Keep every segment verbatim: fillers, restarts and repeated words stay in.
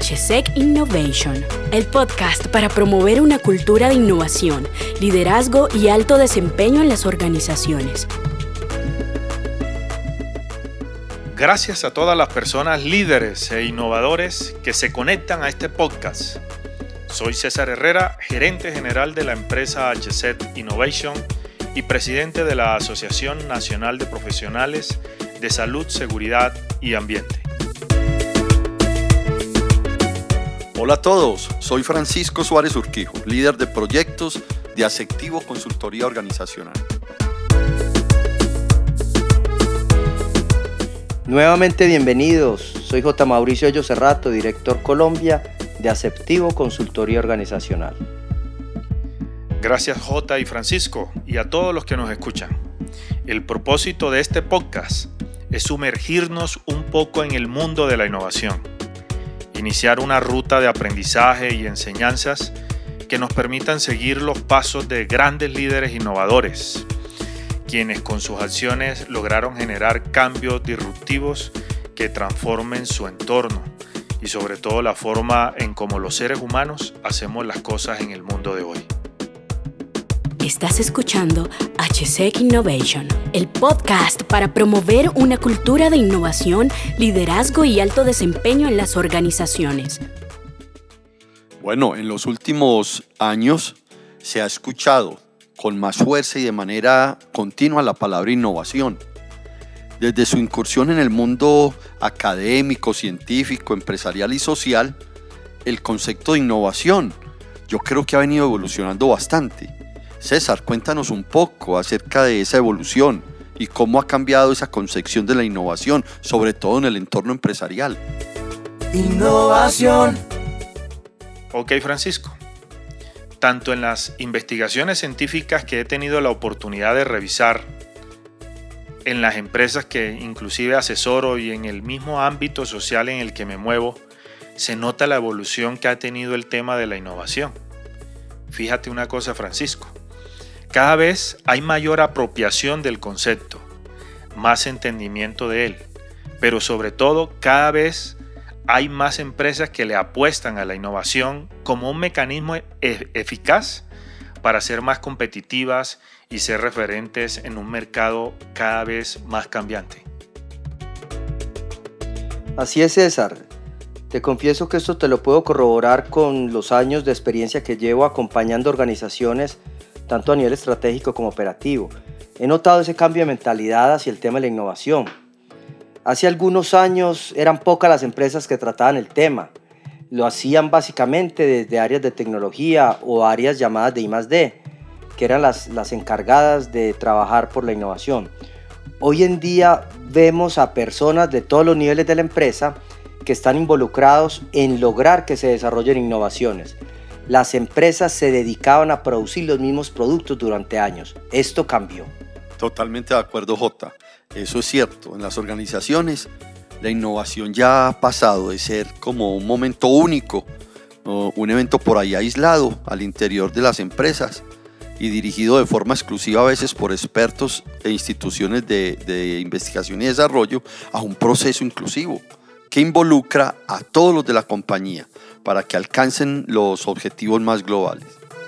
H S E C Innovation, el podcast para promover una cultura de innovación, liderazgo y alto desempeño en las organizaciones. Gracias a todas las personas líderes e innovadores que se conectan a este podcast. Soy César Herrera, gerente general de la empresa H S E C Innovation y presidente de la Asociación Nacional de Profesionales de Salud, Seguridad y Ambiente. Hola a todos, soy Francisco Suárez Urquijo, líder de proyectos de Aceptivo Consultoría Organizacional. Nuevamente bienvenidos, soy J. Mauricio Ello Cerrato, director Colombia de Aceptivo Consultoría Organizacional. Gracias J. y Francisco y a todos los que nos escuchan. El propósito de este podcast es sumergirnos un poco en el mundo de la innovación, iniciar una ruta de aprendizaje y enseñanzas que nos permitan seguir los pasos de grandes líderes innovadores, quienes con sus acciones lograron generar cambios disruptivos que transformen su entorno y sobre todo la forma en cómo los seres humanos hacemos las cosas en el mundo de hoy. Estás escuchando H S E C Innovation, el podcast para promover una cultura de innovación, liderazgo y alto desempeño en las organizaciones. Bueno, en los últimos años se ha escuchado con más fuerza y de manera continua la palabra innovación. Desde su incursión en el mundo académico, científico, empresarial y social, el concepto de innovación yo creo que ha venido evolucionando bastante. César, cuéntanos un poco acerca de esa evolución y cómo ha cambiado esa concepción de la innovación, sobre todo en el entorno empresarial. Innovación. Ok, Francisco. Tanto en las investigaciones científicas que he tenido la oportunidad de revisar, en las empresas que inclusive asesoro y en el mismo ámbito social en el que me muevo, se nota la evolución que ha tenido el tema de la innovación. Fíjate una cosa, Francisco. Cada vez hay mayor apropiación del concepto, más entendimiento de él, pero sobre todo cada vez hay más empresas que le apuestan a la innovación como un mecanismo e- eficaz para ser más competitivas y ser referentes en un mercado cada vez más cambiante. Así es, César. Te confieso que esto te lo puedo corroborar con los años de experiencia que llevo acompañando organizaciones tanto a nivel estratégico como operativo. He notado ese cambio de mentalidad hacia el tema de la innovación. Hace algunos años eran pocas las empresas que trataban el tema. Lo hacían básicamente desde áreas de tecnología o áreas llamadas de I más D, que eran las, las encargadas de trabajar por la innovación. Hoy en día vemos a personas de todos los niveles de la empresa que están involucrados en lograr que se desarrollen innovaciones. Las empresas se dedicaban a producir los mismos productos durante años. Esto cambió. Totalmente de acuerdo, Jota. Eso es cierto. En las organizaciones la innovación ya ha pasado de ser como un momento único, un evento por ahí aislado al interior de las empresas y dirigido de forma exclusiva a veces por expertos e instituciones de, de investigación y desarrollo, a un proceso inclusivo que involucra a todos los de la compañía para que alcancen los objetivos más globales.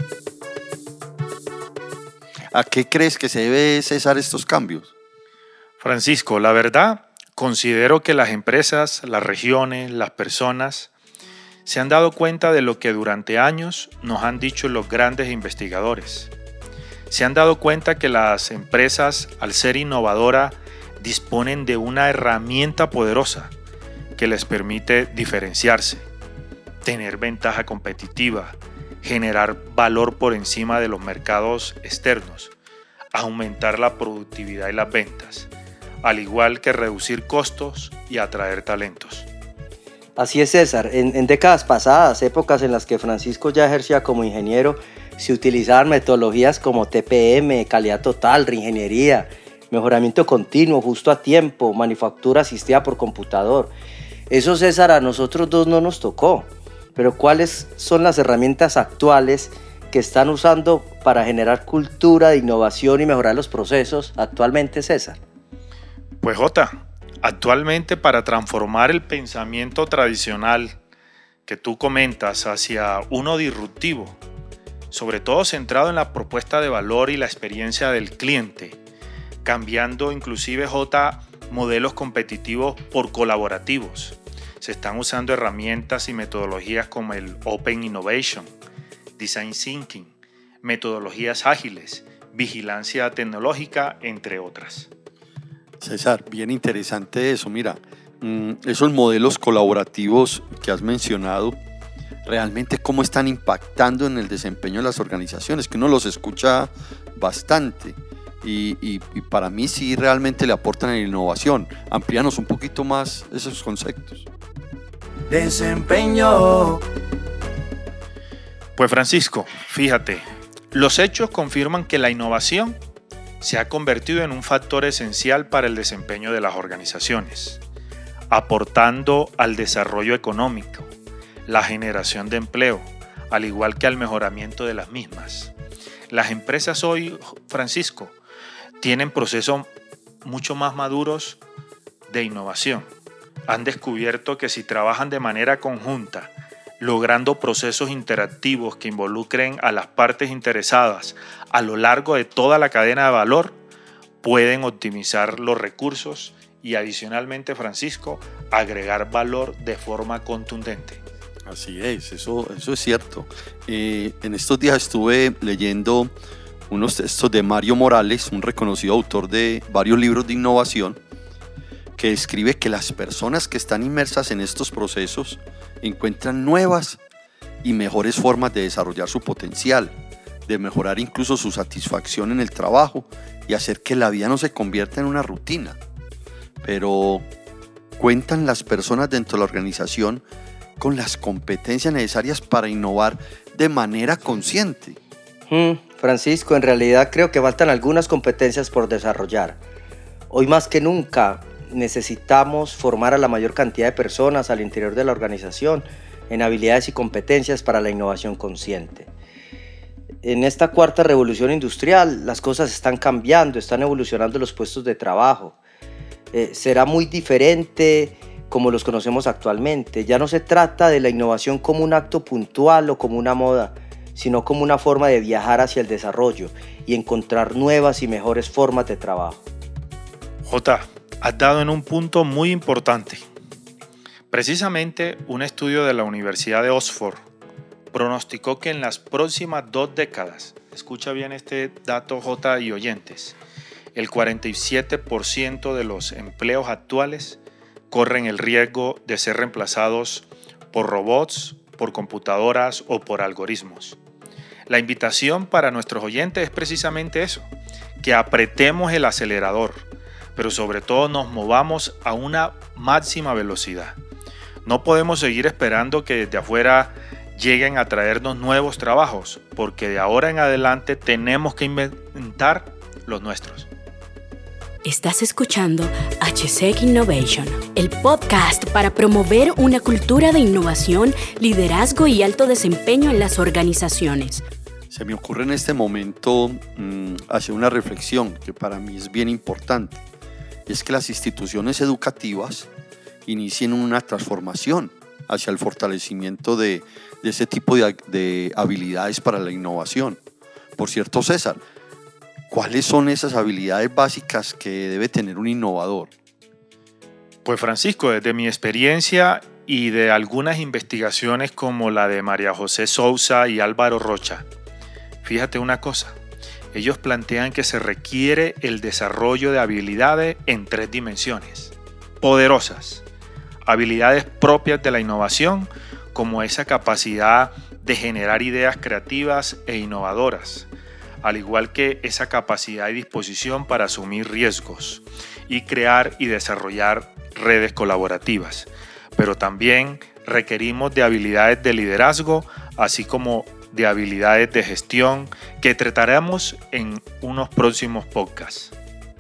¿A qué crees que se debe, César, estos cambios? Francisco, la verdad, considero que las empresas, las regiones, las personas se han dado cuenta de lo que durante años nos han dicho los grandes investigadores. Se han dado cuenta que las empresas, al ser innovadoras, disponen de una herramienta poderosa que les permite diferenciarse, tener ventaja competitiva, generar valor por encima de los mercados externos, aumentar la productividad y las ventas, al igual que reducir costos y atraer talentos. Así es, César. En, en décadas pasadas, épocas en las que Francisco ya ejercía como ingeniero, se utilizaban metodologías como T P M, calidad total, reingeniería, mejoramiento continuo, justo a tiempo, manufactura asistida por computador. Eso, César, a nosotros dos no nos tocó. Pero ¿cuáles son las herramientas actuales que están usando para generar cultura de innovación y mejorar los procesos actualmente, César? Pues Jota, actualmente para transformar el pensamiento tradicional que tú comentas hacia uno disruptivo, sobre todo centrado en la propuesta de valor y la experiencia del cliente, cambiando inclusive J modelos competitivos por colaborativos. Se están usando herramientas y metodologías como el Open Innovation, Design Thinking, metodologías ágiles, vigilancia tecnológica, entre otras. César, bien interesante eso. Mira, esos modelos colaborativos que has mencionado, realmente cómo están impactando en el desempeño de las organizaciones, que uno los escucha bastante y, y, y para mí sí realmente le aportan en innovación. Amplíanos un poquito más esos conceptos. Desempeño. Pues Francisco, fíjate, los hechos confirman que la innovación se ha convertido en un factor esencial para el desempeño de las organizaciones, aportando al desarrollo económico, la generación de empleo, al igual que al mejoramiento de las mismas. Las empresas hoy, Francisco, tienen procesos mucho más maduros de innovación. Han descubierto que si trabajan de manera conjunta, logrando procesos interactivos que involucren a las partes interesadas a lo largo de toda la cadena de valor, pueden optimizar los recursos y adicionalmente, Francisco, agregar valor de forma contundente. Así es, eso, eso es cierto. Eh, en estos días estuve leyendo unos textos de Mario Morales, un reconocido autor de varios libros de innovación, que describe que las personas que están inmersas en estos procesos encuentran nuevas y mejores formas de desarrollar su potencial, de mejorar incluso su satisfacción en el trabajo y hacer que la vida no se convierta en una rutina. Pero ¿cuentan las personas dentro de la organización con las competencias necesarias para innovar de manera consciente? Hmm, Francisco, en realidad creo que faltan algunas competencias por desarrollar. Hoy más que nunca necesitamos formar a la mayor cantidad de personas al interior de la organización en habilidades y competencias para la innovación consciente. En esta cuarta revolución industrial las cosas están cambiando, están evolucionando los puestos de trabajo. Eh, será muy diferente como los conocemos actualmente. Ya no se trata de la innovación como un acto puntual o como una moda, sino como una forma de viajar hacia el desarrollo y encontrar nuevas y mejores formas de trabajo. Jota, has dado en un punto muy importante. Precisamente un estudio de la Universidad de Oxford pronosticó que en las próximas dos décadas, escucha bien este dato J y oyentes, el cuarenta y siete por ciento de los empleos actuales corren el riesgo de ser reemplazados por robots, por computadoras o por algoritmos. La invitación para nuestros oyentes es precisamente eso, que apretemos el acelerador, pero sobre todo nos movamos a una máxima velocidad. No podemos seguir esperando que desde afuera lleguen a traernos nuevos trabajos, porque de ahora en adelante tenemos que inventar los nuestros. Estás escuchando H S E C Innovation, el podcast para promover una cultura de innovación, liderazgo y alto desempeño en las organizaciones. Se me ocurre en este momento mmm, hacer una reflexión que para mí es bien importante. Es que las instituciones educativas inicien una transformación hacia el fortalecimiento de, de ese tipo de, de habilidades para la innovación. Por cierto, César, ¿cuáles son esas habilidades básicas que debe tener un innovador? Pues Francisco, desde mi experiencia y de algunas investigaciones como la de María José Sousa y Álvaro Rocha, fíjate una cosa, ellos plantean que se requiere el desarrollo de habilidades en tres dimensiones, poderosas, habilidades propias de la innovación, como esa capacidad de generar ideas creativas e innovadoras, al igual que esa capacidad y disposición para asumir riesgos y crear y desarrollar redes colaborativas. Pero también requerimos de habilidades de liderazgo, así como de habilidades de gestión que trataremos en unos próximos podcasts.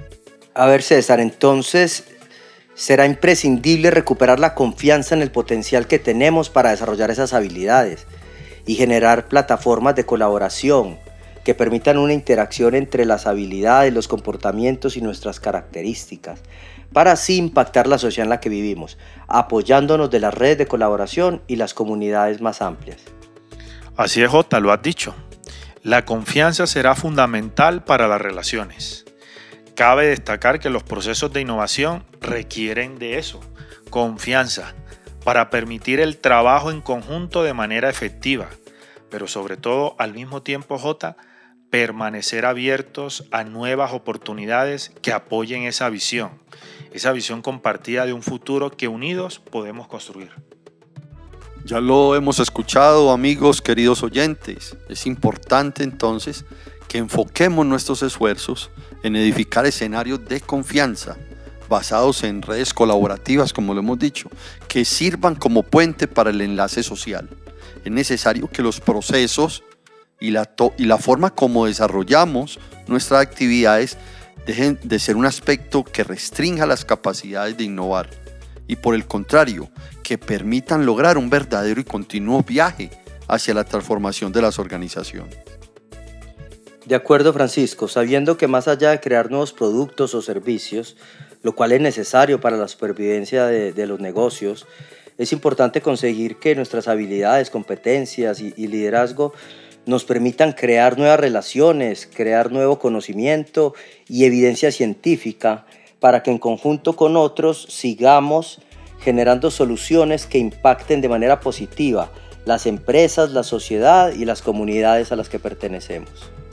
A ver, César, entonces será imprescindible recuperar la confianza en el potencial que tenemos para desarrollar esas habilidades y generar plataformas de colaboración que permitan una interacción entre las habilidades, los comportamientos y nuestras características, para así impactar la sociedad en la que vivimos, apoyándonos de las redes de colaboración y las comunidades más amplias. Así es, Jota, lo has dicho. La confianza será fundamental para las relaciones. Cabe destacar que los procesos de innovación requieren de eso, confianza, para permitir el trabajo en conjunto de manera efectiva, pero sobre todo al mismo tiempo, Jota, permanecer abiertos a nuevas oportunidades que apoyen esa visión, esa visión compartida de un futuro que unidos podemos construir. Ya lo hemos escuchado, amigos, queridos oyentes. Es importante entonces que enfoquemos nuestros esfuerzos en edificar escenarios de confianza basados en redes colaborativas, como lo hemos dicho, que sirvan como puente para el enlace social. Es necesario que los procesos y la, to- y la forma como desarrollamos nuestras actividades dejen de ser un aspecto que restrinja las capacidades de innovar y, por el contrario, que permitan lograr un verdadero y continuo viaje hacia la transformación de las organizaciones. De acuerdo, Francisco, sabiendo que más allá de crear nuevos productos o servicios, lo cual es necesario para la supervivencia de, de los negocios, es importante conseguir que nuestras habilidades, competencias y, y liderazgo nos permitan crear nuevas relaciones, crear nuevo conocimiento y evidencia científica para que en conjunto con otros sigamos generando soluciones que impacten de manera positiva las empresas, la sociedad y las comunidades a las que pertenecemos.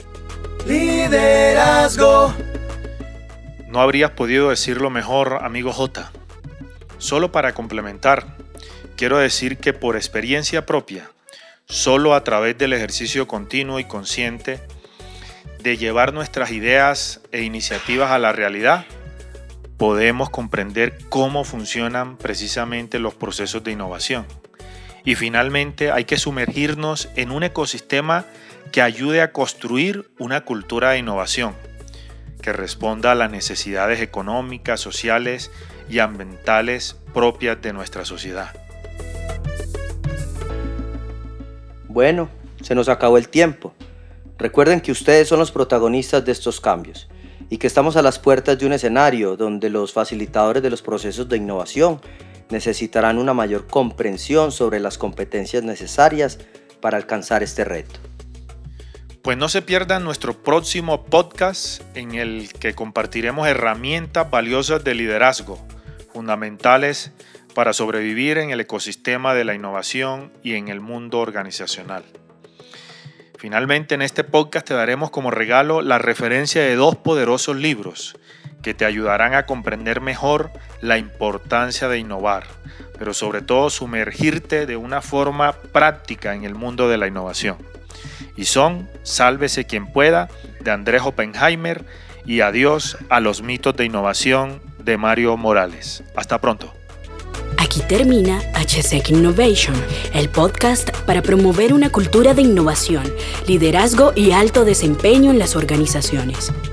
Liderazgo. No habrías podido decirlo mejor, amigo Jota. Solo para complementar, quiero decir que por experiencia propia, solo a través del ejercicio continuo y consciente de llevar nuestras ideas e iniciativas a la realidad, podemos comprender cómo funcionan precisamente los procesos de innovación. Y finalmente hay que sumergirnos en un ecosistema que ayude a construir una cultura de innovación, que responda a las necesidades económicas, sociales y ambientales propias de nuestra sociedad. Bueno, se nos acabó el tiempo. Recuerden que ustedes son los protagonistas de estos cambios y que estamos a las puertas de un escenario donde los facilitadores de los procesos de innovación necesitarán una mayor comprensión sobre las competencias necesarias para alcanzar este reto. Pues no se pierdan nuestro próximo podcast en el que compartiremos herramientas valiosas de liderazgo, fundamentales para sobrevivir en el ecosistema de la innovación y en el mundo organizacional. Finalmente, en este podcast te daremos como regalo la referencia de dos poderosos libros que te ayudarán a comprender mejor la importancia de innovar, pero sobre todo sumergirte de una forma práctica en el mundo de la innovación. Y son Sálvese quien pueda, de Andrés Oppenheimer, y Adiós a los mitos de innovación, de Mario Morales. Hasta pronto. Aquí termina H S E C Innovation, el podcast para promover una cultura de innovación, liderazgo y alto desempeño en las organizaciones.